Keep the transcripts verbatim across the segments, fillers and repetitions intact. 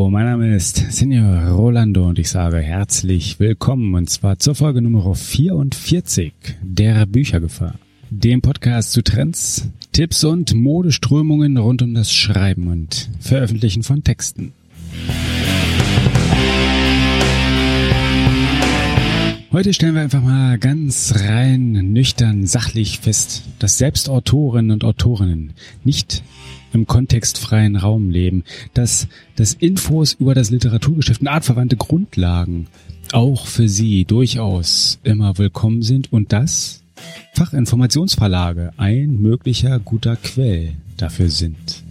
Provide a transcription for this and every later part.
Hallo, mein Name ist Senior Rolando und ich sage herzlich willkommen und zwar zur Folge Nummer vierundvierzig der Büchergefahr, dem Podcast zu Trends, Tipps und Modeströmungen rund um das Schreiben und Veröffentlichen von Texten. Heute stellen wir einfach mal ganz rein, nüchtern, sachlich fest, dass selbst Autorinnen und Autorinnen nicht im kontextfreien Raum leben, dass das Infos über das Literaturgeschäft und artverwandte Grundlagen auch für sie durchaus immer willkommen sind und dass Fachinformationsverlage ein möglicher guter Quell dafür sind.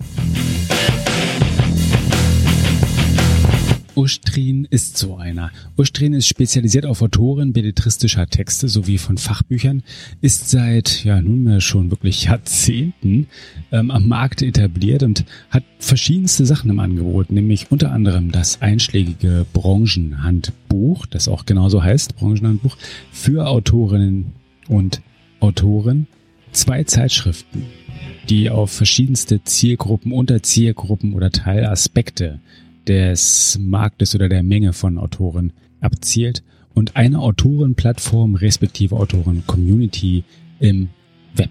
Ustrin ist so einer. Ustrin ist spezialisiert auf Autoren belletristischer Texte sowie von Fachbüchern, ist seit ja nunmehr schon wirklich Jahrzehnten ähm, am Markt etabliert und hat verschiedenste Sachen im Angebot, nämlich unter anderem das einschlägige Branchenhandbuch, das auch genauso heißt, Branchenhandbuch, für Autorinnen und Autoren, zwei Zeitschriften, die auf verschiedenste Zielgruppen, Unterzielgruppen oder Teilaspekte des Marktes oder der Menge von Autoren abzielt und eine Autorenplattform respektive Autoren-Community im Web.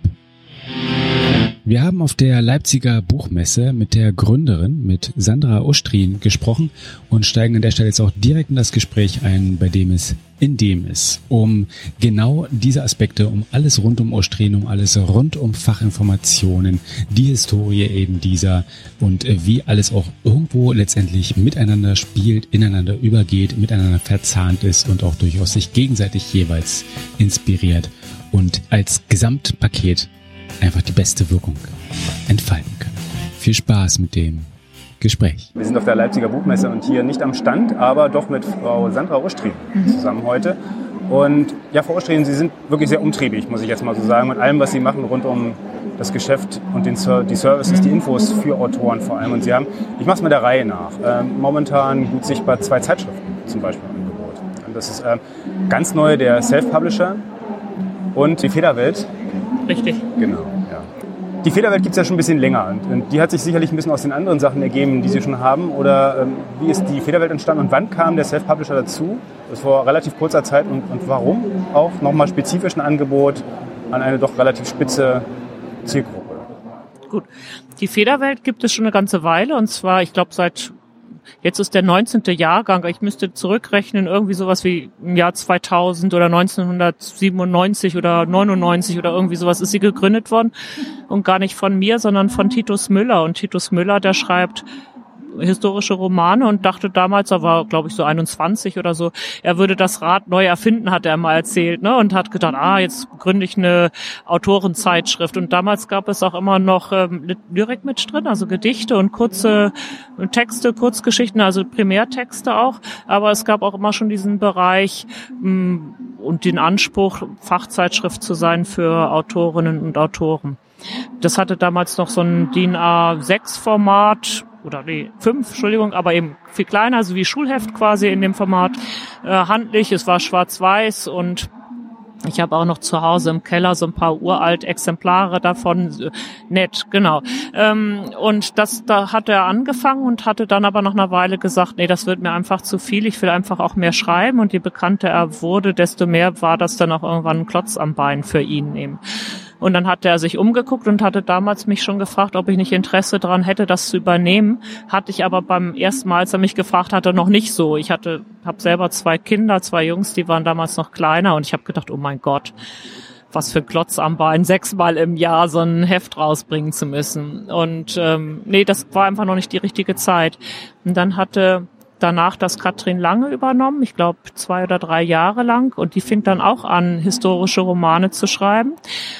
Wir haben auf der Leipziger Buchmesse mit der Gründerin, mit Sandra Ustrin, gesprochen und steigen an der Stelle jetzt auch direkt in das Gespräch ein, bei dem es in dem es um genau diese Aspekte, um alles rund um Ustrin, um alles rund um Fachinformationen, die Historie eben dieser und wie alles auch irgendwo letztendlich miteinander spielt, ineinander übergeht, miteinander verzahnt ist und auch durchaus sich gegenseitig jeweils inspiriert und als Gesamtpaket einfach die beste Wirkung entfalten kann. Viel Spaß mit dem Gespräch. Wir sind auf der Leipziger Buchmesse und hier nicht am Stand, aber doch mit Frau Sandra Ustrin zusammen heute. Und ja, Frau Ustrin, Sie sind wirklich sehr umtriebig, muss ich jetzt mal so sagen, mit allem, was Sie machen rund um das Geschäft und den Ser- die Services, die Infos für Autoren vor allem. Und Sie haben, ich mache es mal der Reihe nach, ähm, momentan gut sichtbar zwei Zeitschriften zum Beispiel im Angebot. Und das ist ähm, ganz neu der Self-Publisher und die Federwelt. Richtig. Genau, ja. Die Federwelt gibt es ja schon ein bisschen länger und, und die hat sich sicherlich ein bisschen aus den anderen Sachen ergeben, die Sie schon haben. Oder ähm, wie ist die Federwelt entstanden und wann kam der Self-Publisher dazu? Das war vor relativ kurzer Zeit und, und warum auch nochmal spezifisch ein Angebot an eine doch relativ spitze Zielgruppe? Gut, die Federwelt gibt es schon eine ganze Weile und zwar, ich glaube, seit jetzt ist der neunzehnte Jahrgang. Ich müsste zurückrechnen, irgendwie sowas wie im Jahr zweitausend oder neunzehnhundertsiebenundneunzig oder neunundneunzig oder irgendwie sowas ist sie gegründet worden. Und gar nicht von mir, sondern von Titus Müller. Und Titus Müller, der schreibt historische Romane und dachte damals, er war, glaube ich, so einundzwanzig oder so, er würde das Rad neu erfinden, hat er mal erzählt, ne? Und hat gedacht, ah, jetzt gründe ich eine Autorenzeitschrift. Und damals gab es auch immer noch ähm, Lyrik mit drin, also Gedichte und kurze Texte, Kurzgeschichten, also Primärtexte auch. Aber es gab auch immer schon diesen Bereich mh, und den Anspruch, Fachzeitschrift zu sein für Autorinnen und Autoren. Das hatte damals noch so ein D I N A sechs Format, oder nee, fünf, Entschuldigung, aber eben viel kleiner, also wie Schulheft quasi in dem Format, äh, handlich, es war schwarz-weiß und ich habe auch noch zu Hause im Keller so ein paar uralt Exemplare davon, nett, genau. Ähm, und das, da hat er angefangen und hatte dann aber nach einer Weile gesagt, nee, das wird mir einfach zu viel, ich will einfach auch mehr schreiben und je bekannter er wurde, desto mehr war das dann auch irgendwann ein Klotz am Bein für ihn eben. Und dann hat er sich umgeguckt und hatte damals mich schon gefragt, ob ich nicht Interesse daran hätte, das zu übernehmen. Hatte ich aber beim ersten Mal, als er mich gefragt hatte, noch nicht so. Ich hatte, habe selber zwei Kinder, zwei Jungs, die waren damals noch kleiner und ich habe gedacht, oh mein Gott, was für ein Klotz am Bein, sechsmal im Jahr so ein Heft rausbringen zu müssen. Und ähm, nee, das war einfach noch nicht die richtige Zeit. Und dann hatte danach das Katrin Lange übernommen, ich glaube zwei oder drei Jahre lang, und die fing dann auch an, historische Romane zu schreiben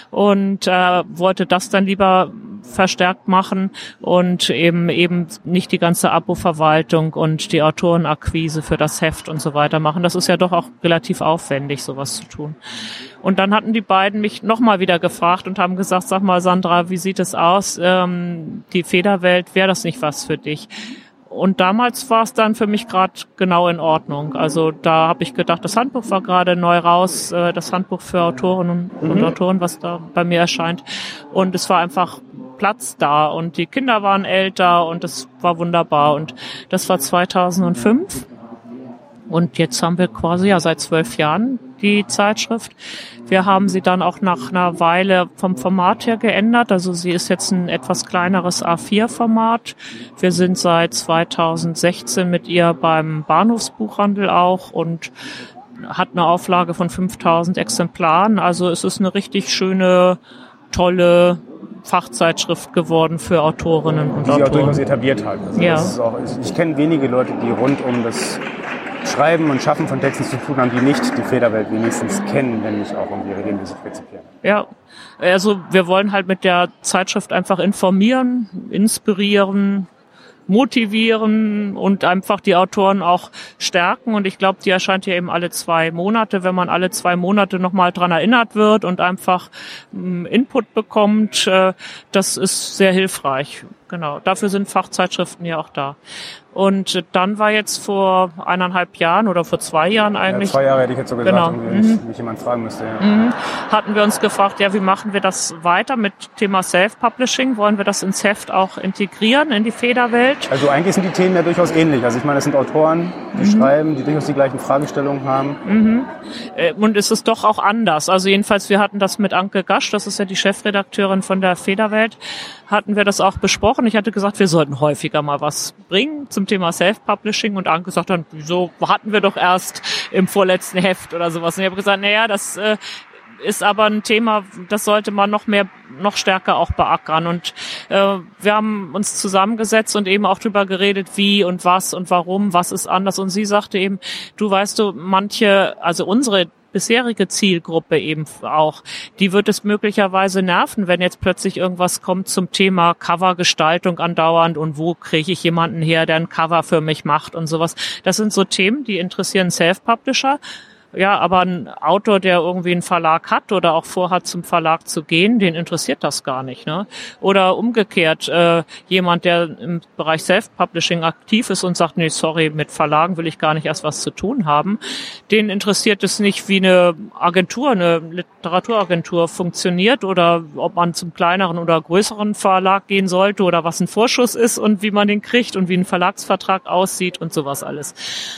und äh, wollte das dann lieber verstärkt machen und eben eben nicht die ganze Abo-Verwaltung und die Autorenakquise für das Heft und so weiter machen. Das ist ja doch auch relativ aufwendig, sowas zu tun. Und dann hatten die beiden mich nochmal wieder gefragt und haben gesagt, sag mal Sandra, wie sieht es aus? Ähm, die Federwelt, wäre das nicht was für dich? Und damals war es dann für mich gerade genau in Ordnung. Also da habe ich gedacht, das Handbuch war gerade neu raus, äh, das Handbuch für Autoren und, mhm. und Autoren, was da bei mir erscheint. Und es war einfach Platz da und die Kinder waren älter und das war wunderbar und das war zweitausendfünf und jetzt haben wir quasi ja seit zwölf Jahren die Zeitschrift. Wir haben sie dann auch nach einer Weile vom Format her geändert. Also sie ist jetzt ein etwas kleineres A vier Format. Wir sind seit zweitausendsechzehn mit ihr beim Bahnhofsbuchhandel auch und hat eine Auflage von fünftausend Exemplaren. Also es ist eine richtig schöne, tolle Fachzeitschrift geworden für Autorinnen und die Autoren. Die auch durchaus etabliert hat. Also ja. das ist auch, ich, ich kenne wenige Leute, die rund um das Schreiben und Schaffen von Texten zu tun haben, die nicht die Federwelt wenigstens kennen, wenn nicht auch irgendwie regelmäßig rezipieren. Ja, also wir wollen halt mit der Zeitschrift einfach informieren, inspirieren, motivieren und einfach die Autoren auch stärken. Und ich glaube, die erscheint ja eben alle zwei Monate. Wenn man alle zwei Monate nochmal dran erinnert wird und einfach ähm, Input bekommt, äh, das ist sehr hilfreich. Genau, dafür sind Fachzeitschriften ja auch da. Und dann war jetzt vor eineinhalb Jahren oder vor zwei Jahren eigentlich... Ja, zwei Jahre hätte ich jetzt so gesagt, genau. wenn mich, mich jemand fragen müsste. Ja. Mhm. Hatten wir uns gefragt, ja, wie machen wir das weiter mit Thema Self-Publishing? Wollen wir das ins Heft auch integrieren, in die Federwelt? Also eigentlich sind die Themen ja durchaus ähnlich. Also ich meine, es sind Autoren, die mhm. schreiben, die durchaus die gleichen Fragestellungen haben. Mhm. Und es ist doch auch anders. Also jedenfalls, wir hatten das mit Anke Gasch, das ist ja die Chefredakteurin von der Federwelt, hatten wir das auch besprochen. Ich hatte gesagt, wir sollten häufiger mal was bringen zum Thema Self-Publishing und Anke gesagt dann, wieso hatten wir doch erst im vorletzten Heft oder sowas. Und ich habe gesagt, naja, das äh, ist aber ein Thema, das sollte man noch mehr, noch stärker auch beackern. Und äh, wir haben uns zusammengesetzt und eben auch drüber geredet, wie und was und warum, was ist anders. Und sie sagte eben, du weißt du, manche, also unsere bisherige Zielgruppe eben auch, die wird es möglicherweise nerven, wenn jetzt plötzlich irgendwas kommt zum Thema Covergestaltung andauernd und wo kriege ich jemanden her, der ein Cover für mich macht und sowas. Das sind so Themen, die interessieren Self-Publisher. Ja, aber ein Autor, der irgendwie einen Verlag hat oder auch vorhat, zum Verlag zu gehen, den interessiert das gar nicht, ne? Oder umgekehrt, äh, jemand, der im Bereich Self-Publishing aktiv ist und sagt, nee, sorry, mit Verlagen will ich gar nicht erst was zu tun haben, den interessiert es nicht, wie eine Agentur, eine Literaturagentur funktioniert oder ob man zum kleineren oder größeren Verlag gehen sollte oder was ein Vorschuss ist und wie man den kriegt und wie ein Verlagsvertrag aussieht und sowas alles.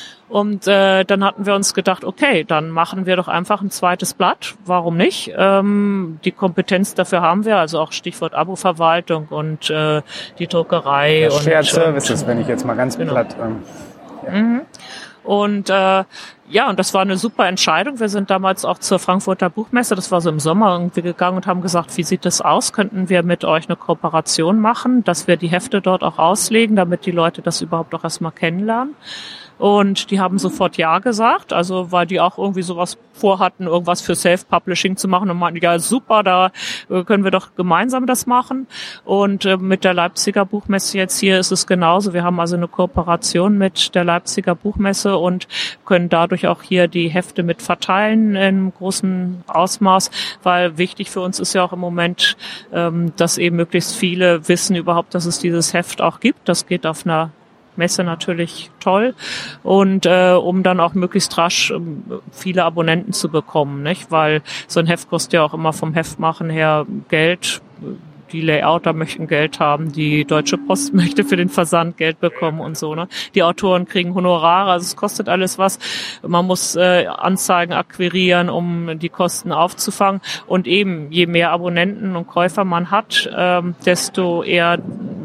Und äh, dann hatten wir uns gedacht, okay, dann machen wir doch einfach ein zweites Blatt. Warum nicht? Ähm, die Kompetenz dafür haben wir, also auch Stichwort Abo-Verwaltung und äh, die Druckerei. Ja, und Shared Services, wenn ich jetzt mal ganz genau. platt... Ähm, ja. Mhm. Und äh, ja, und das war eine super Entscheidung. Wir sind damals auch zur Frankfurter Buchmesse, das war so im Sommer irgendwie gegangen und haben gesagt, wie sieht das aus? Könnten wir mit euch eine Kooperation machen, dass wir die Hefte dort auch auslegen, damit die Leute das überhaupt auch erstmal kennenlernen? Und die haben sofort Ja gesagt, also weil die auch irgendwie sowas vorhatten, irgendwas für Self-Publishing zu machen und meinten, ja super, da können wir doch gemeinsam das machen. Und äh, mit der Leipziger Buchmesse jetzt hier ist es genauso. Wir haben also eine Kooperation mit der Leipziger Buchmesse und können dadurch auch hier die Hefte mit verteilen in großem Ausmaß, weil wichtig für uns ist ja auch im Moment, ähm, dass eben möglichst viele wissen überhaupt, dass es dieses Heft auch gibt. Das geht auf einer Messe natürlich toll und äh, um dann auch möglichst rasch ähm, viele Abonnenten zu bekommen, nicht? Weil so ein Heft kostet ja auch immer vom Heftmachen her Geld. Die Layouter möchten Geld haben, die Deutsche Post möchte für den Versand Geld bekommen und so, ne? Die Autoren kriegen Honorare, also es kostet alles was. Man muss äh, Anzeigen akquirieren, um die Kosten aufzufangen. Und eben, je mehr Abonnenten und Käufer man hat, ähm, desto eher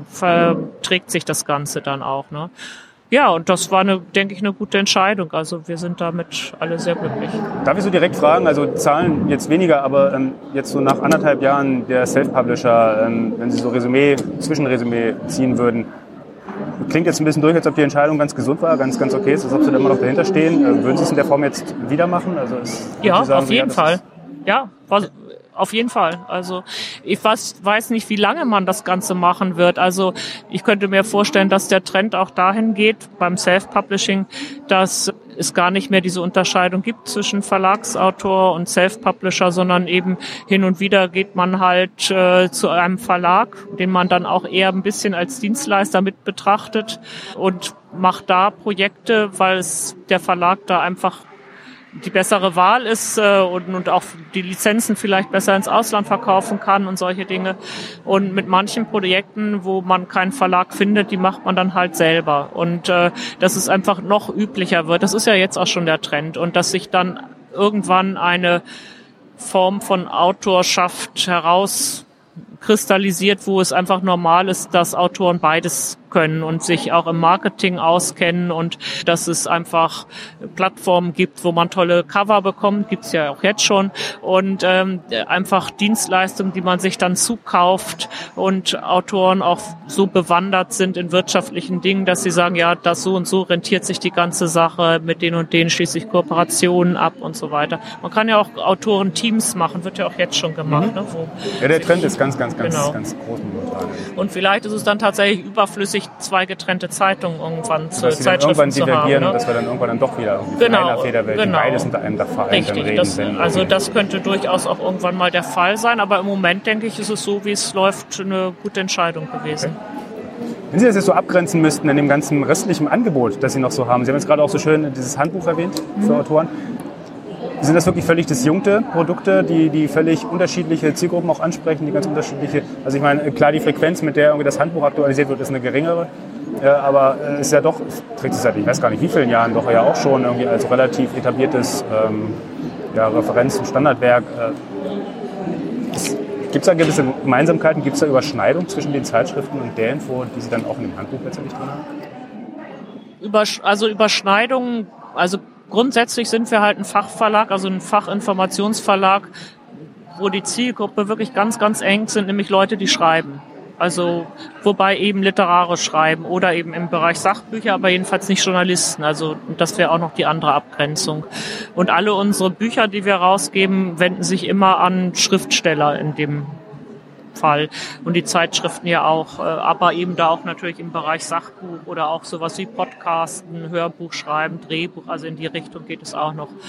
verträgt sich das Ganze dann auch, ne? Ja, und das war, eine, denke ich, eine gute Entscheidung. Also wir sind damit alle sehr glücklich. Darf ich so direkt fragen, also Zahlen jetzt weniger, aber ähm, jetzt so nach anderthalb Jahren der Self-Publisher, ähm, wenn Sie so Resümee, Zwischenresümee ziehen würden, klingt jetzt ein bisschen durch, als ob die Entscheidung ganz gesund war, ganz ganz okay ist, als ob Sie da immer noch dahinter stehen. Äh, würden Sie es in der Form jetzt wieder machen? Also ist, ja, sagen, auf jeden ja, Fall. Ja, war, auf jeden Fall. Also ich weiß, weiß nicht, wie lange man das Ganze machen wird. Also ich könnte mir vorstellen, dass der Trend auch dahin geht beim Self-Publishing, dass es gar nicht mehr diese Unterscheidung gibt zwischen Verlagsautor und Self-Publisher, sondern eben hin und wieder geht man halt äh, zu einem Verlag, den man dann auch eher ein bisschen als Dienstleister mit betrachtet und macht da Projekte, weil es der Verlag da einfach die bessere Wahl ist äh, und, und auch die Lizenzen vielleicht besser ins Ausland verkaufen kann und solche Dinge. Und mit manchen Projekten, wo man keinen Verlag findet, die macht man dann halt selber. Und äh, dass es einfach noch üblicher wird. Das ist ja jetzt auch schon der Trend. Und dass sich dann irgendwann eine Form von Autorschaft herauskristallisiert, wo es einfach normal ist, dass Autoren beides können und sich auch im Marketing auskennen und dass es einfach Plattformen gibt, wo man tolle Cover bekommt, gibt's ja auch jetzt schon, und ähm, einfach Dienstleistungen, die man sich dann zukauft und Autoren auch so bewandert sind in wirtschaftlichen Dingen, dass sie sagen, ja, das so und so rentiert sich die ganze Sache, mit den und denen schließe ich Kooperationen ab und so weiter. Man kann ja auch Autorenteams machen, wird ja auch jetzt schon gemacht. Mhm. Ne, wo ja, der Trend ist ganz, ganz, ganz, genau. ganz groß momentan. Und vielleicht ist es dann tatsächlich überflüssig, zwei getrennte Zeitungen irgendwann zu dass Zeitschriften zu haben. Ne? Dass wir dann irgendwann dann doch wieder genau, von einer Federwelt, genau. beides unter einem Dach vereint Richtig, das, also das könnte durchaus auch irgendwann mal der Fall sein, aber im Moment, denke ich, ist es so, wie es läuft, eine gute Entscheidung gewesen. Okay. Wenn Sie das jetzt so abgrenzen müssten in dem ganzen restlichen Angebot, das Sie noch so haben, Sie haben jetzt gerade auch so schön dieses Handbuch erwähnt für mhm. Autoren, sind das wirklich völlig disjunkte Produkte, die, die völlig unterschiedliche Zielgruppen auch ansprechen, die ganz unterschiedliche, also ich meine, klar, die Frequenz, mit der irgendwie das Handbuch aktualisiert wird, ist eine geringere, ja, aber es ist ja doch, trägt es seit, ich weiß gar nicht wie vielen Jahren, doch ja auch schon irgendwie als relativ etabliertes ähm, ja, Referenz- und Standardwerk. Äh, gibt es da gewisse Gemeinsamkeiten, gibt es da Überschneidung zwischen den Zeitschriften und der Info, die Sie dann auch in dem Handbuch letztendlich drin haben? Übersch- also Überschneidungen, also grundsätzlich sind wir halt ein Fachverlag, also ein Fachinformationsverlag, wo die Zielgruppe wirklich ganz, ganz eng sind, nämlich Leute, die schreiben. Also, wobei eben literarisch schreiben oder eben im Bereich Sachbücher, aber jedenfalls nicht Journalisten. Also, das wäre auch noch die andere Abgrenzung. Und alle unsere Bücher, die wir rausgeben, wenden sich immer an Schriftsteller in dem Fall. Und die Zeitschriften ja auch, aber eben da auch natürlich im Bereich Sachbuch oder auch sowas wie Podcasten, Hörbuch schreiben, Drehbuch, also in die Richtung geht es auch noch.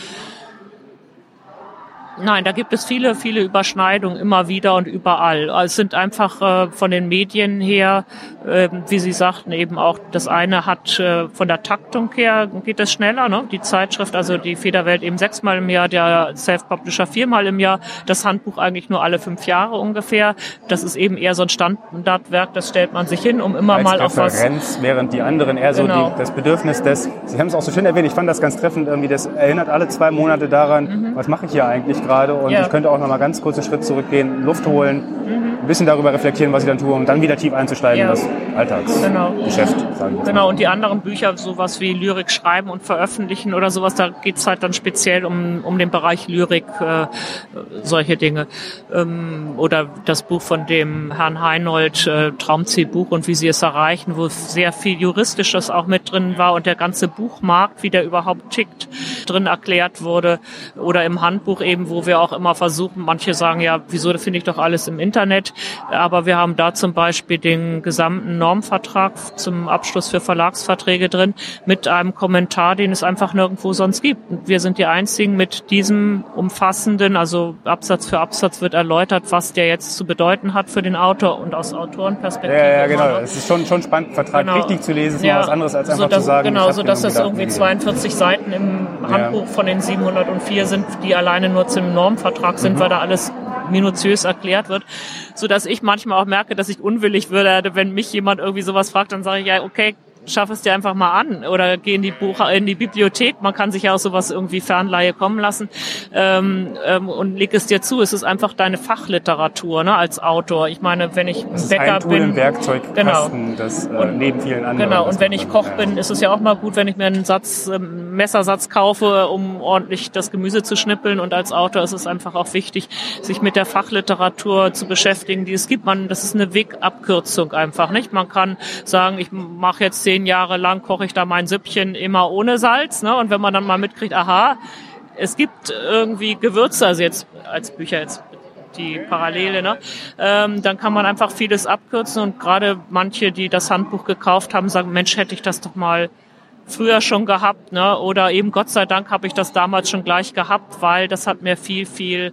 Nein, da gibt es viele, viele Überschneidungen immer wieder und überall. Es sind einfach äh, von den Medien her, äh, wie Sie sagten, eben auch das eine hat äh, von der Taktung her geht es schneller, ne? Die Zeitschrift, also die Federwelt eben sechsmal im Jahr, der Self-Publisher viermal im Jahr, das Handbuch eigentlich nur alle fünf Jahre ungefähr. Das ist eben eher so ein Standardwerk, das stellt man sich hin, um immer als mal auf was... Referenz, während die anderen eher so genau. die, das Bedürfnis des, Sie haben es auch so schön erwähnt, ich fand das ganz treffend, irgendwie das erinnert alle zwei Monate daran, mhm. was mache ich hier eigentlich gerade, und ja. ich könnte auch noch mal ganz kurz einen Schritt zurückgehen, Luft holen, mhm. ein bisschen darüber reflektieren, was ich dann tue, um dann wieder tief einzusteigen ja. in das Alltagsgeschäft. Genau, sagen wir genau. Und die anderen Bücher, sowas wie Lyrik schreiben und veröffentlichen oder sowas, da geht's halt dann speziell um, um den Bereich Lyrik, äh, solche Dinge. Ähm, oder das Buch von dem Herrn Heinold, äh, Traumzielbuch und wie Sie es erreichen, wo sehr viel Juristisches auch mit drin war und der ganze Buchmarkt, wie der überhaupt tickt, drin erklärt wurde. Oder im Handbuch eben, wo wir auch immer versuchen, manche sagen, ja, wieso, das finde ich doch alles im Internet, aber wir haben da zum Beispiel den gesamten Normvertrag zum Abschluss für Verlagsverträge drin, mit einem Kommentar, den es einfach nirgendwo sonst gibt. Und wir sind die einzigen mit diesem umfassenden, also Absatz für Absatz wird erläutert, was der jetzt zu bedeuten hat für den Autor und aus Autorenperspektive. Ja, ja, genau. Es ist schon, schon spannend, Vertrag genau. richtig zu lesen, ist ja. mal was anderes, als einfach so, dass, zu sagen, genau, so dass das irgendwie zweiundvierzig Seiten im Handbuch ja. von den siebenhundertvier sind, die alleine nur zum Normvertrag sind, mhm. weil da alles minutiös erklärt wird, so dass ich manchmal auch merke, dass ich unwillig würde, wenn mich jemand irgendwie sowas fragt, dann sage ich, ja, okay, schaff es dir einfach mal an oder geh in die Buch in die Bibliothek. Man kann sich ja auch sowas irgendwie Fernleihe kommen lassen ähm, ähm, und leg es dir zu. Es ist einfach deine Fachliteratur, ne, als Autor. Ich meine, wenn ich das Bäcker ist ein Tool bin, im Werkzeugkasten, genau. das äh, und, neben vielen anderen. Genau. Und wenn ich Koch bin, ist es ja auch mal gut, wenn ich mir einen Satz ähm, Messersatz kaufe, um ordentlich das Gemüse zu schnippeln. Und als Autor ist es einfach auch wichtig, sich mit der Fachliteratur zu beschäftigen, die es gibt. Man, das ist eine Wegabkürzung einfach, nicht? Man kann sagen, ich mache jetzt zehn Jahre lang koche ich da mein Süppchen immer ohne Salz, ne? Und wenn man dann mal mitkriegt, aha, es gibt irgendwie Gewürze, also jetzt als Bücher jetzt die Parallele, ne? Ähm, dann kann man einfach vieles abkürzen und gerade manche, die das Handbuch gekauft haben, sagen, Mensch, hätte ich das doch mal früher schon gehabt, ne? Oder eben Gott sei Dank habe ich das damals schon gleich gehabt, weil das hat mir viel, viel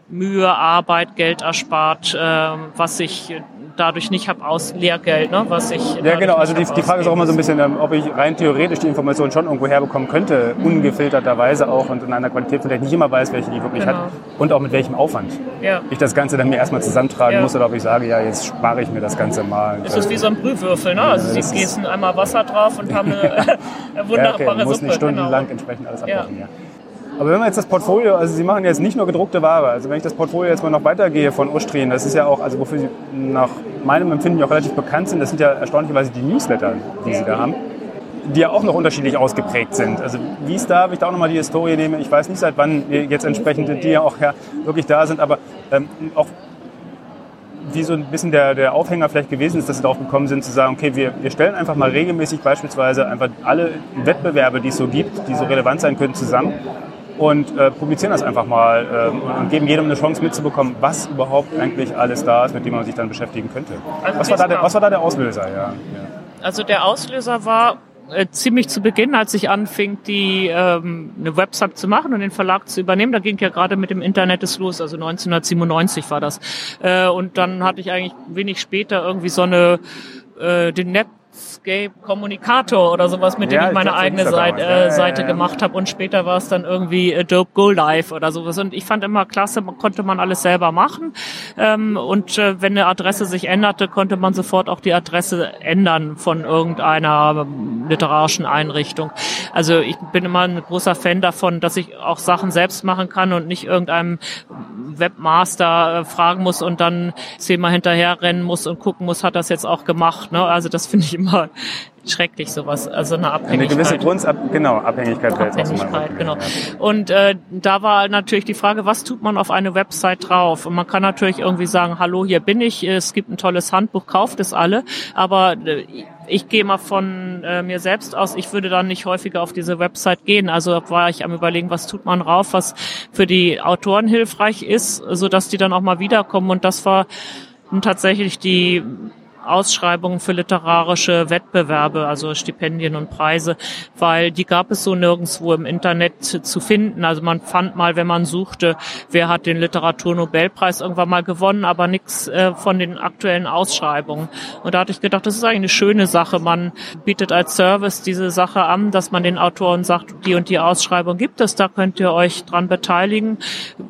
Mühe, Arbeit, Geld erspart, äh, was ich dadurch nicht habe aus Lehrgeld, ne? Was ich ja genau, also die, die Frage ist auch immer so ein bisschen, ob ich rein theoretisch die Informationen schon irgendwo herbekommen könnte, mhm. ungefilterterweise auch und in einer Qualität, von der ich nicht immer weiß, welche die wirklich genau. hat und auch mit welchem Aufwand ja. ich das Ganze dann mir erstmal zusammentragen ja. muss oder ob ich sage, ja, jetzt spare ich mir das Ganze mal. Es ist wie so ein Prüfwürfel, ne? Also ja, Sie gießen einmal Wasser drauf und haben eine, eine wunderbare ja, okay. muss Suppe. Nicht stundenlang genau. entsprechend alles abkochen, ja. ja. Aber wenn wir jetzt das Portfolio, also Sie machen jetzt nicht nur gedruckte Ware, also wenn ich das Portfolio jetzt mal noch weitergehe von Ustream, das ist ja auch, also wofür Sie nach meinem Empfinden auch relativ bekannt sind, das sind ja erstaunlicherweise die Newsletter, die Sie da haben, die ja auch noch unterschiedlich ausgeprägt sind. Also wie ist da, wenn ich da auch nochmal die Historie nehme, ich weiß nicht, seit wann jetzt entsprechende, die ja auch ja wirklich da sind, aber ähm, auch wie so ein bisschen der, der Aufhänger vielleicht gewesen ist, dass Sie darauf gekommen sind, zu sagen, okay, wir, wir stellen einfach mal regelmäßig beispielsweise einfach alle Wettbewerbe, die es so gibt, die so relevant sein können, zusammen. Und äh, publizieren das einfach mal äh, und geben jedem eine Chance mitzubekommen, was überhaupt eigentlich alles da ist, mit dem man sich dann beschäftigen könnte. Also was, war da der, was war da der Auslöser? Ja, ja. Also der Auslöser war äh, ziemlich zu Beginn, als ich anfing, die ähm, eine Website zu machen und den Verlag zu übernehmen. Da ging ja gerade mit dem Internet es los, also neunzehnhundertsiebenundneunzig war das. Äh, und dann hatte ich eigentlich wenig später irgendwie so eine äh, den Net Kommunikator oder sowas, mit dem ja, ich meine ich eigene Seite, äh, ja, Seite ja, ja. gemacht habe und später war es dann irgendwie Adobe Go Live oder sowas und ich fand immer klasse, konnte man alles selber machen ähm, und äh, wenn eine Adresse sich änderte, konnte man sofort auch die Adresse ändern von irgendeiner literarischen Einrichtung. Also ich bin immer ein großer Fan davon, dass ich auch Sachen selbst machen kann und nicht irgendeinem Webmaster äh, fragen muss und dann zehnmal hinterher rennen muss und gucken muss, hat das jetzt auch gemacht. Ne? Also das finde ich immer schrecklich, sowas. Also eine Abhängigkeit. Eine gewisse Grundab genau, Abhängigkeit. Abhängigkeit, genau. Und äh, da war natürlich die Frage, was tut man auf eine Website drauf? Und man kann natürlich irgendwie sagen, hallo, hier bin ich, es gibt ein tolles Handbuch, kauft es alle. Aber äh, ich gehe mal von äh, mir selbst aus, ich würde dann nicht häufiger auf diese Website gehen. Also war ich am Überlegen, was tut man drauf, was für die Autoren hilfreich ist, sodass die dann auch mal wiederkommen. Und das war tatsächlich die Ausschreibungen für literarische Wettbewerbe, also Stipendien und Preise, weil die gab es so nirgendwo im Internet zu finden. Also man fand mal, wenn man suchte, wer hat den Literaturnobelpreis irgendwann mal gewonnen, aber nichts äh, von den aktuellen Ausschreibungen. Und da hatte ich gedacht, das ist eigentlich eine schöne Sache. Man bietet als Service diese Sache an, dass man den Autoren sagt, die und die Ausschreibung gibt es, da könnt ihr euch dran beteiligen.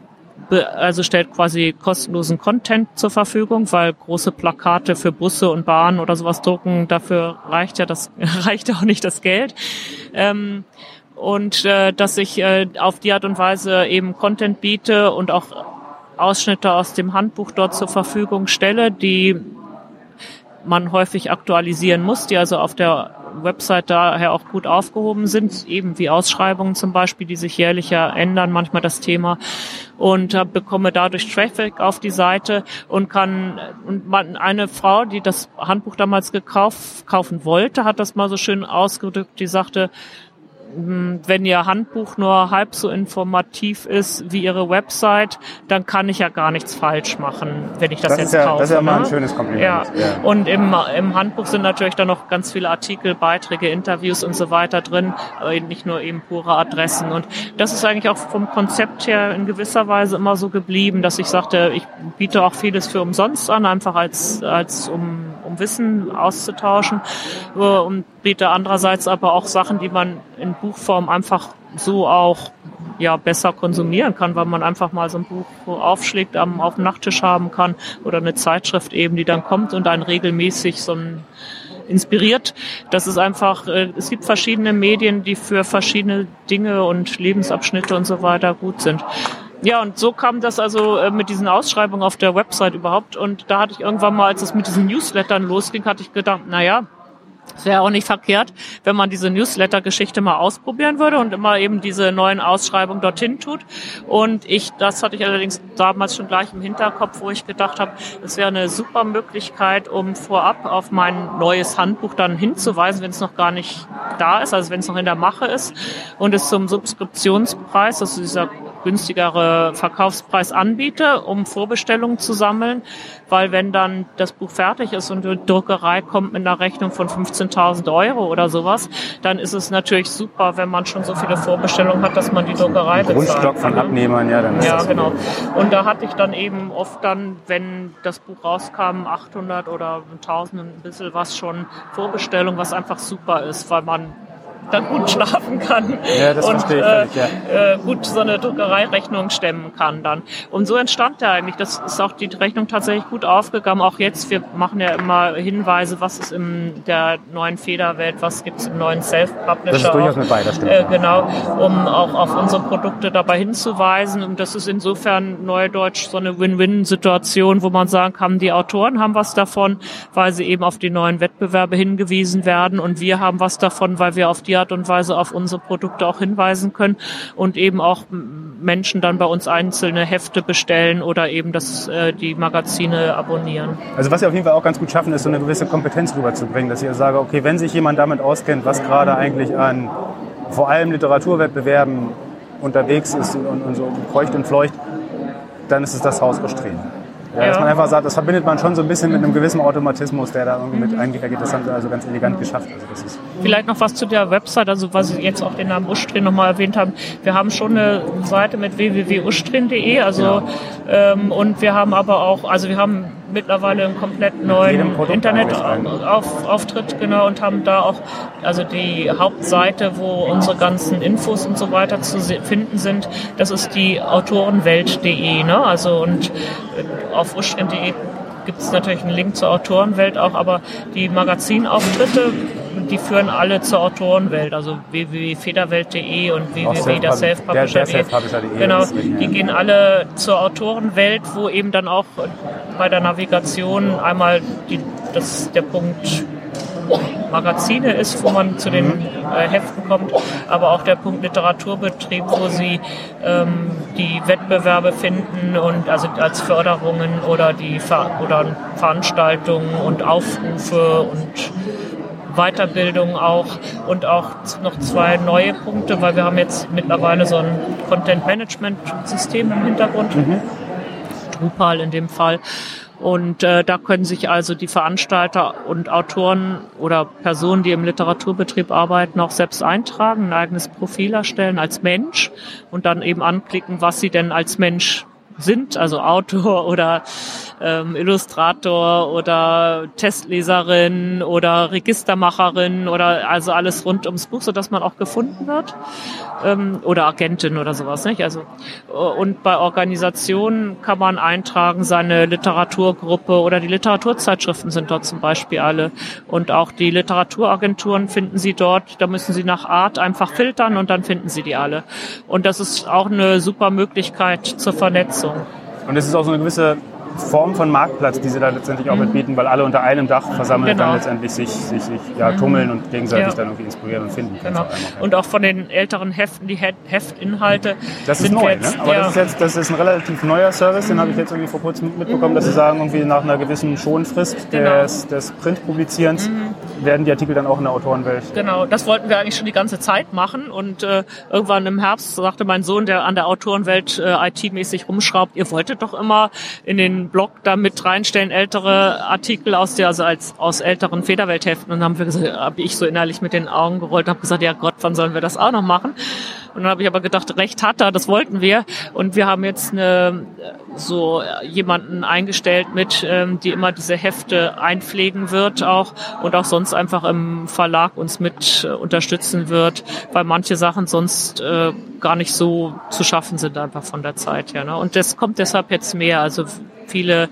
Also stellt quasi kostenlosen Content zur Verfügung, weil große Plakate für Busse und Bahnen oder sowas drucken, dafür reicht ja das reicht ja auch nicht das Geld. Ähm, und äh, dass ich äh, auf die Art und Weise eben Content biete und auch Ausschnitte aus dem Handbuch dort zur Verfügung stelle, die man häufig aktualisieren muss, die also auf der Website daher auch gut aufgehoben sind, eben wie Ausschreibungen zum Beispiel, die sich jährlich ja ändern, manchmal das Thema, und äh, bekomme dadurch Traffic auf die Seite und kann, und man, eine Frau, die das Handbuch damals gekauft, kaufen wollte, hat das mal so schön ausgedrückt, die sagte, wenn Ihr Handbuch nur halb so informativ ist wie Ihre Website, dann kann ich ja gar nichts falsch machen, wenn ich das, das jetzt ja, kaufe. Das ist ja mal ne? ein schönes Kompliment. Ja. ja. Und im, im Handbuch sind natürlich dann noch ganz viele Artikel, Beiträge, Interviews und so weiter drin, aber nicht nur eben pure Adressen. Und das ist eigentlich auch vom Konzept her in gewisser Weise immer so geblieben, dass ich sagte, ich biete auch vieles für umsonst an, einfach als, als um, um Wissen auszutauschen, und biete andererseits aber auch Sachen, die man in Buchform einfach so auch ja besser konsumieren kann, weil man einfach mal so ein Buch aufschlägt, am, auf dem Nachttisch haben kann oder eine Zeitschrift eben, die dann kommt und einen regelmäßig so ein inspiriert. Das ist einfach, äh, es gibt verschiedene Medien, die für verschiedene Dinge und Lebensabschnitte und so weiter gut sind. Ja, und so kam das also äh, mit diesen Ausschreibungen auf der Website überhaupt. Und da hatte ich irgendwann mal, als es mit diesen Newslettern losging, hatte ich gedacht, na ja, es wäre auch nicht verkehrt, wenn man diese Newsletter-Geschichte mal ausprobieren würde und immer eben diese neuen Ausschreibungen dorthin tut. Und ich, das hatte ich allerdings damals schon gleich im Hinterkopf, wo ich gedacht habe, es wäre eine super Möglichkeit, um vorab auf mein neues Handbuch dann hinzuweisen, wenn es noch gar nicht da ist, also wenn es noch in der Mache ist und es zum Subskriptionspreis, also dieser günstigere Verkaufspreis anbiete, um Vorbestellungen zu sammeln, weil wenn dann das Buch fertig ist und die Druckerei kommt mit einer Rechnung von fünfzehntausend Euro oder sowas, dann ist es natürlich super, wenn man schon so viele Vorbestellungen hat, dass man die Druckerei bezahlt. Grundstock von Abnehmern, ja, dann ist ja, das genau. Und da hatte ich dann eben oft dann, wenn das Buch rauskam, achthundert oder tausend, ein bisschen was schon Vorbestellung, was einfach super ist, weil man dann gut schlafen kann ja, das und verstehe ich äh, völlig, ja. äh, gut so eine Druckereirechnung stemmen kann dann. Und so entstand der eigentlich. Das ist auch die Rechnung tatsächlich gut aufgegangen. Auch jetzt, wir machen ja immer Hinweise, was ist in der neuen Federwelt, was gibt es im neuen Self-Publisher. Das ist durchaus mit bei, das stimmt. Äh, genau, um auch auf unsere Produkte dabei hinzuweisen. Und das ist insofern Neudeutsch so eine Win-Win-Situation, wo man sagen kann, die Autoren haben was davon, weil sie eben auf die neuen Wettbewerbe hingewiesen werden und wir haben was davon, weil wir auf die Art und Weise auf unsere Produkte auch hinweisen können und eben auch Menschen dann bei uns einzelne Hefte bestellen oder eben das, äh, die Magazine abonnieren. Also was Sie auf jeden Fall auch ganz gut schaffen, ist so eine gewisse Kompetenz rüberzubringen, dass ich sage, okay, wenn sich jemand damit auskennt, was gerade eigentlich an vor allem Literaturwettbewerben unterwegs ist und, und so kreucht und fleucht, dann ist es das Haus Ostrien. Ja, dass man einfach sagt, das verbindet man schon so ein bisschen mit einem gewissen Automatismus, der da irgendwie mit eingeht. Das haben sie also ganz elegant geschafft. Also das ist Vielleicht noch was zu der Website, also was Sie jetzt auch den Namen Ustrin nochmal erwähnt haben. Wir haben schon eine Seite mit w w w punkt ustrin punkt d e, also ja. ähm, und wir haben aber auch, also wir haben mittlerweile einen komplett neuen Internetauftritt, genau, und haben da auch also die Hauptseite, wo unsere ganzen Infos und so weiter zu finden sind. Das ist die autorenwelt punkt d e, ne? Also und auf ustrin punkt d e gibt es natürlich einen Link zur Autorenwelt auch, aber die Magazinauftritte, die führen alle zur Autorenwelt, also w w w punkt federwelt punkt d e und w w w punkt der self-publisher punkt d e. Genau, die gehen alle zur Autorenwelt, wo eben dann auch bei der Navigation einmal die, das, der Punkt Magazine ist, wo man zu den äh, Heften kommt, aber auch der Punkt Literaturbetrieb, wo Sie ähm, die Wettbewerbe finden und also als Förderungen oder die Ver- oder Veranstaltungen und Aufrufe und Weiterbildung auch und auch noch zwei neue Punkte, weil wir haben jetzt mittlerweile so ein Content-Management-System im Hintergrund, mhm. Drupal in dem Fall. Und äh, da können sich also die Veranstalter und Autoren oder Personen, die im Literaturbetrieb arbeiten, auch selbst eintragen, ein eigenes Profil erstellen als Mensch und dann eben anklicken, was sie denn als Mensch sind, also Autor oder ähm, Illustrator oder Testleserin oder Registermacherin oder also alles rund ums Buch, sodass man auch gefunden wird, ähm, oder Agentin oder sowas, nicht? Also und bei Organisationen kann man eintragen, seine Literaturgruppe oder die Literaturzeitschriften sind dort zum Beispiel alle und auch die Literaturagenturen finden Sie dort, da müssen Sie nach Art einfach filtern und dann finden Sie die alle und das ist auch eine super Möglichkeit zur Vernetzung. Und es ist auch so eine gewisse Form von Marktplatz, die sie da letztendlich auch mhm. mitbieten, weil alle unter einem Dach versammelt genau. dann letztendlich sich, sich, sich ja, tummeln und gegenseitig ja. dann irgendwie inspirieren und finden können. Genau. Und auch von den älteren Heften, die Heftinhalte. Das ist neu, jetzt, ne? Aber ja. das ist jetzt das ist ein relativ neuer Service, den mhm. habe ich jetzt irgendwie vor kurzem mitbekommen, mhm. dass sie sagen, irgendwie nach einer gewissen Schonfrist genau. des, des Printpublizierens mhm. werden die Artikel dann auch in der Autorenwelt. Genau, das wollten wir eigentlich schon die ganze Zeit machen und äh, irgendwann im Herbst sagte mein Sohn, der an der Autorenwelt äh, I T-mäßig rumschraubt, ihr wolltet doch immer in den Blog da mit reinstellen, ältere Artikel aus der, also als aus älteren Federweltheften. Und dann haben wir gesagt, habe ich so innerlich mit den Augen gerollt und habe gesagt, ja Gott, wann sollen wir das auch noch machen? Und dann habe ich aber gedacht, recht hat er, das wollten wir. Und wir haben jetzt eine, so jemanden eingestellt mit, ähm, die immer diese Hefte einpflegen wird auch und auch sonst einfach im Verlag uns mit äh, unterstützen wird, weil manche Sachen sonst äh, gar nicht so zu schaffen sind einfach von der Zeit her. Ne? Und das kommt deshalb jetzt mehr. Also viele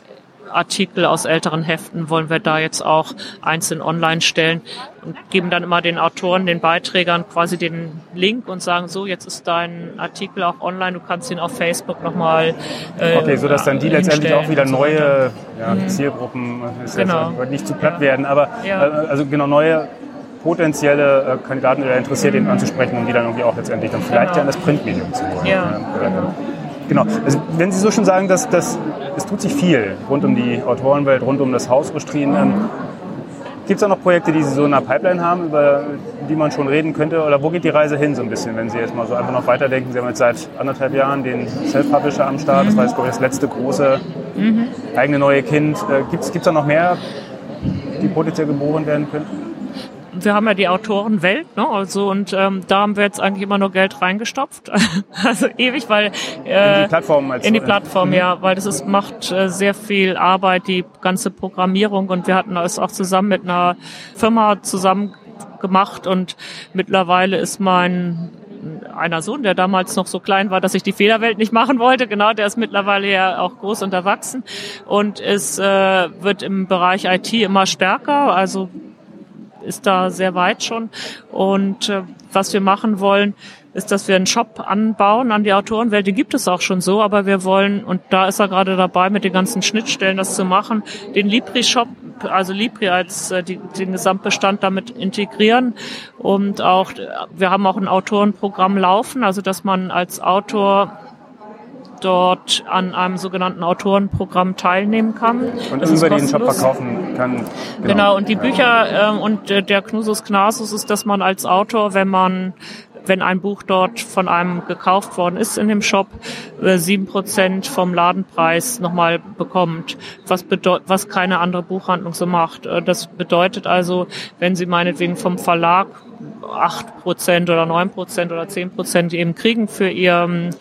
Artikel aus älteren Heften wollen wir da jetzt auch einzeln online stellen und geben dann immer den Autoren, den Beiträgern quasi den Link und sagen, so, jetzt ist dein Artikel auch online, du kannst ihn auf Facebook nochmal äh, okay, so dass dann die letztendlich auch wieder neue ja, mhm. Zielgruppen, ist genau. jetzt nicht zu platt ja. werden, aber ja. äh, also genau neue potenzielle äh, Kandidaten oder interessiert, mhm. ihn anzusprechen, um die dann irgendwie auch letztendlich dann vielleicht genau. ja in das Printmedium zu holen. Ja, ja. Genau. Genau. Also, wenn Sie so schon sagen, dass, dass es tut sich viel rund um die Autorenwelt, rund um das Haus Ustrin, ähm, Gibt es auch noch Projekte, die Sie so in der Pipeline haben, über die man schon reden könnte? Oder wo geht die Reise hin so ein bisschen, wenn Sie jetzt mal so einfach noch weiterdenken? Sie haben jetzt seit anderthalb Jahren den Self-Publisher am Start. Mhm. Das war jetzt, glaube ich, das letzte große mhm. eigene neue Kind. Äh, Gibt es da noch mehr, die potenziell geboren werden könnten? Wir haben ja die Autorenwelt, ne? Also und ähm, da haben wir jetzt eigentlich immer nur Geld reingestopft, also ewig, weil äh, in die Plattform, als in die Plattform, mhm. ja, weil das ist macht äh, sehr viel Arbeit, die ganze Programmierung und wir hatten das auch zusammen mit einer Firma zusammen gemacht und mittlerweile ist mein einer Sohn, der damals noch so klein war, dass ich die Federwelt nicht machen wollte, genau, der ist mittlerweile ja auch groß und erwachsen und es äh, wird im Bereich I T immer stärker, also ist da sehr weit schon. Und äh, was wir machen wollen, ist, dass wir einen Shop anbauen an die Autorenwelt. Die gibt es auch schon so, aber wir wollen, und da ist er gerade dabei, mit den ganzen Schnittstellen das zu machen, den Libri-Shop, also Libri als äh, die, den Gesamtbestand damit integrieren. Und auch, wir haben auch ein Autorenprogramm laufen, also dass man als Autor dort an einem sogenannten Autorenprogramm teilnehmen kann. Und über den Shop verkaufen kann. Genau, genau und die Bücher äh, und äh, der Knusus Knasus ist, dass man als Autor, wenn man wenn ein Buch dort von einem gekauft worden ist in dem Shop, sieben Prozent vom Ladenpreis nochmal bekommt, was bedeut- was keine andere Buchhandlung so macht. Das bedeutet also, wenn Sie meinetwegen vom Verlag acht Prozent oder neun Prozent oder zehn Prozent eben kriegen für Ihren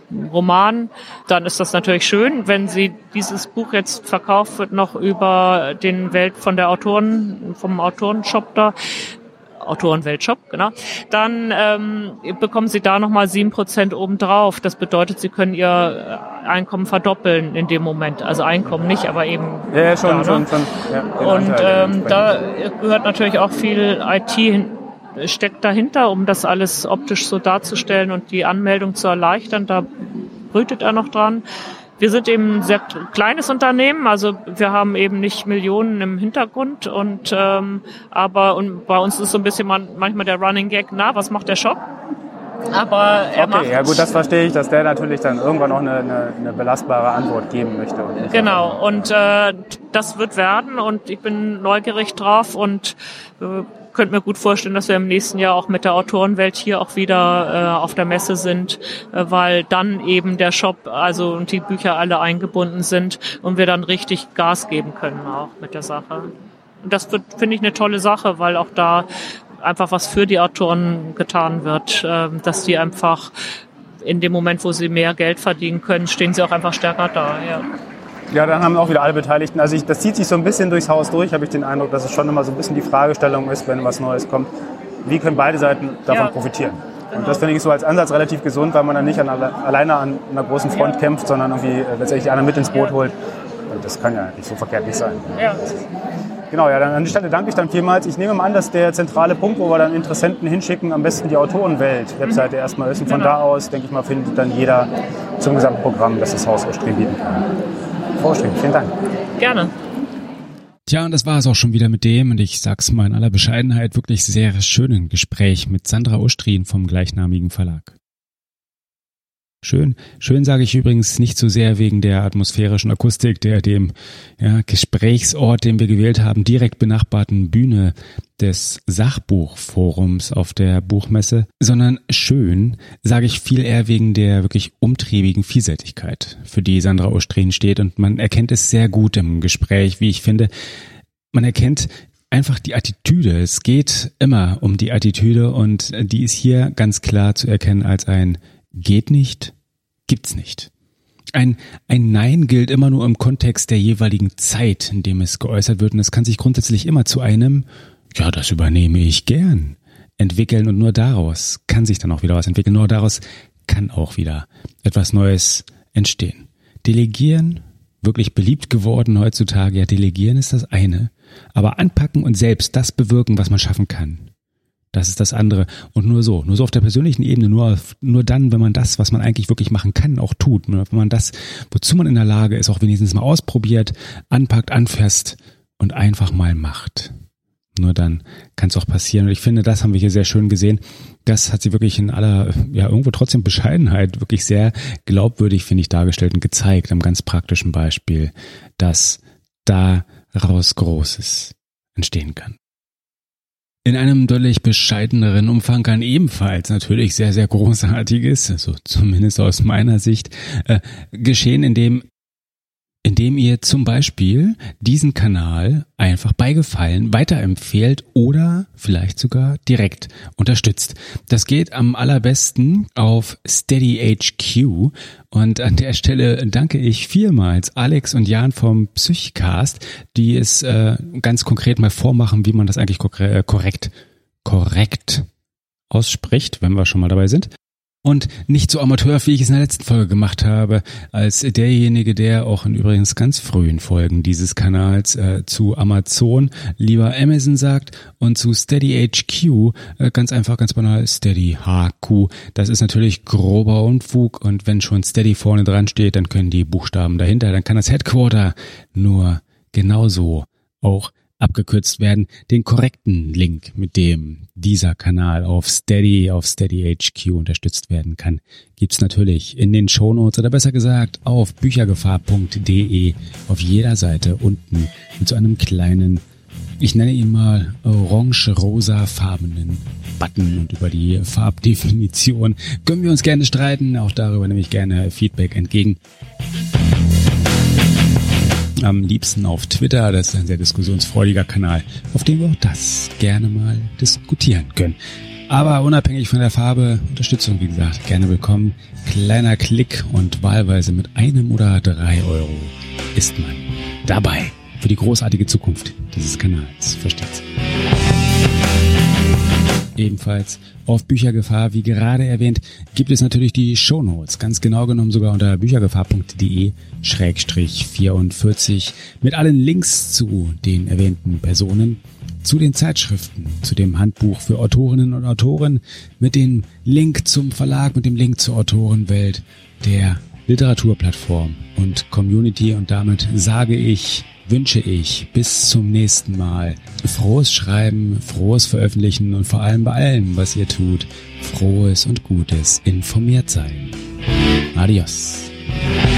Roman, dann ist das natürlich schön. Wenn Sie dieses Buch jetzt verkauft wird noch über den Welt von der Autoren, vom Autorenshop da, Autorenweltshop, genau, dann ähm, bekommen Sie da nochmal sieben Prozent obendrauf. Das bedeutet, Sie können Ihr Einkommen verdoppeln in dem Moment. Also Einkommen nicht, aber eben... Ja, ja schon, da, schon, ne? schon. Ja, und ähm, da gehört natürlich auch viel I T hin, steckt dahinter, um das alles optisch so darzustellen und die Anmeldung zu erleichtern. Da brütet er noch dran. Wir sind eben ein sehr kleines Unternehmen, also wir haben eben nicht Millionen im Hintergrund und ähm, aber und bei uns ist so ein bisschen man, manchmal der Running Gag, na, was macht der Shop? Aber er okay, macht... ja gut, das verstehe ich, dass der natürlich dann irgendwann auch eine, eine, eine belastbare Antwort geben möchte. Und genau, und äh, das wird werden und ich bin neugierig drauf und äh, könnte mir gut vorstellen, dass wir im nächsten Jahr auch mit der Autorenwelt hier auch wieder äh, auf der Messe sind, äh, weil dann eben der Shop, also und die Bücher alle eingebunden sind und wir dann richtig Gas geben können auch mit der Sache. Und das wird, finde ich, eine tolle Sache, weil auch da einfach was für die Autoren getan wird, äh, dass die einfach in dem Moment, wo sie mehr Geld verdienen können, stehen sie auch einfach stärker da. Ja. Ja, dann haben auch wieder alle Beteiligten, also ich, das zieht sich so ein bisschen durchs Haus durch, habe ich den Eindruck, dass es schon immer so ein bisschen die Fragestellung ist, wenn was Neues kommt, wie können beide Seiten davon ja, profitieren? Genau. Und das finde ich so als Ansatz relativ gesund, weil man dann nicht an, alleine an einer großen Front ja. kämpft, sondern irgendwie letztendlich die anderen mit ins Boot ja. holt. Und das kann ja nicht so verkehrt nicht sein. Ja. Genau, ja, dann an die Stelle danke ich dann vielmals. Ich nehme mal an, dass der zentrale Punkt, wo wir dann Interessenten hinschicken, am besten die Autorenwelt-Webseite mhm. erstmal ist. Und von genau. da aus, denke ich mal, findet dann jeder zum gesamten Programm, das das Haus Ostring bieten kann. Frau Ostring, vielen Dank. Gerne. Tja, und das war es auch schon wieder mit dem, und ich sag's mal in aller Bescheidenheit, wirklich sehr schönen Gespräch mit Sandra Ostrin vom gleichnamigen Verlag. Schön, schön sage ich übrigens nicht so sehr wegen der atmosphärischen Akustik, der dem ja, Gesprächsort, den wir gewählt haben, direkt benachbarten Bühne des Sachbuchforums auf der Buchmesse, sondern schön sage ich viel eher wegen der wirklich umtriebigen Vielseitigkeit, für die Sandra Ostrin steht, und man erkennt es sehr gut im Gespräch, wie ich finde. Man erkennt einfach die Attitüde. Es geht immer um die Attitüde, und die ist hier ganz klar zu erkennen als ein geht nicht, gibt's nicht. Ein, ein Nein gilt immer nur im Kontext der jeweiligen Zeit, in dem es geäußert wird, und es kann sich grundsätzlich immer zu einem, ja, das übernehme ich gern, entwickeln, und nur daraus kann sich dann auch wieder was entwickeln, nur daraus kann auch wieder etwas Neues entstehen. Delegieren, wirklich beliebt geworden heutzutage, ja, delegieren ist das eine, aber anpacken und selbst das bewirken, was man schaffen kann, das ist das andere. Und nur so, nur so auf der persönlichen Ebene, nur, auf, nur dann, wenn man das, was man eigentlich wirklich machen kann, auch tut. Nur wenn man das, wozu man in der Lage ist, auch wenigstens mal ausprobiert, anpackt, anfasst und einfach mal macht. Nur dann kann es auch passieren. Und ich finde, das haben wir hier sehr schön gesehen. Das hat sie wirklich in aller, ja, irgendwo trotzdem Bescheidenheit wirklich sehr glaubwürdig, finde ich, dargestellt und gezeigt, am ganz praktischen Beispiel, dass daraus Großes entstehen kann. In einem deutlich bescheideneren Umfang kann ebenfalls natürlich sehr, sehr Großartiges, also zumindest aus meiner Sicht, äh, geschehen, indem indem ihr zum Beispiel diesen Kanal einfach bei Gefallen weiterempfehlt oder vielleicht sogar direkt unterstützt. Das geht am allerbesten auf Steady H Q und an der Stelle danke ich vielmals Alex und Jan vom Psychcast, die es äh, ganz konkret mal vormachen, wie man das eigentlich korrekt, korrekt ausspricht, wenn wir schon mal dabei sind. Und nicht so amateurhaft, wie ich es in der letzten Folge gemacht habe, als derjenige, der auch in übrigens ganz frühen Folgen dieses Kanals äh, zu Amazon lieber Amazon sagt und zu Steady H Q äh, ganz einfach, ganz banal Steady H Q. Das ist natürlich grober Unfug und wenn schon Steady vorne dran steht, dann können die Buchstaben dahinter, dann kann das Headquarter nur genauso auch abgekürzt werden. Den korrekten Link, mit dem dieser Kanal auf Steady, auf Steady H Q unterstützt werden kann, gibt's natürlich in den Shownotes oder besser gesagt auf büchergefahr punkt de auf jeder Seite unten mit so einem kleinen, ich nenne ihn mal orange-rosa-farbenen Button und über die Farbdefinition können wir uns gerne streiten, auch darüber nehme ich gerne Feedback entgegen. Am liebsten auf Twitter, das ist ein sehr diskussionsfreudiger Kanal, auf dem wir auch das gerne mal diskutieren können. Aber unabhängig von der Farbe, Unterstützung, wie gesagt, gerne willkommen. Kleiner Klick und wahlweise mit einem oder drei Euro ist man dabei für die großartige Zukunft dieses Kanals. Versteht's? Ebenfalls auf Büchergefahr, wie gerade erwähnt, gibt es natürlich die Shownotes, ganz genau genommen sogar unter büchergefahr punkt de schrägstrich vierundvierzig mit allen Links zu den erwähnten Personen, zu den Zeitschriften, zu dem Handbuch für Autorinnen und Autoren, mit dem Link zum Verlag, mit dem Link zur Autorenwelt, der Literaturplattform und Community und damit sage ich, wünsche ich bis zum nächsten Mal frohes Schreiben, frohes Veröffentlichen und vor allem bei allem, was ihr tut, frohes und gutes informiert sein. Adios.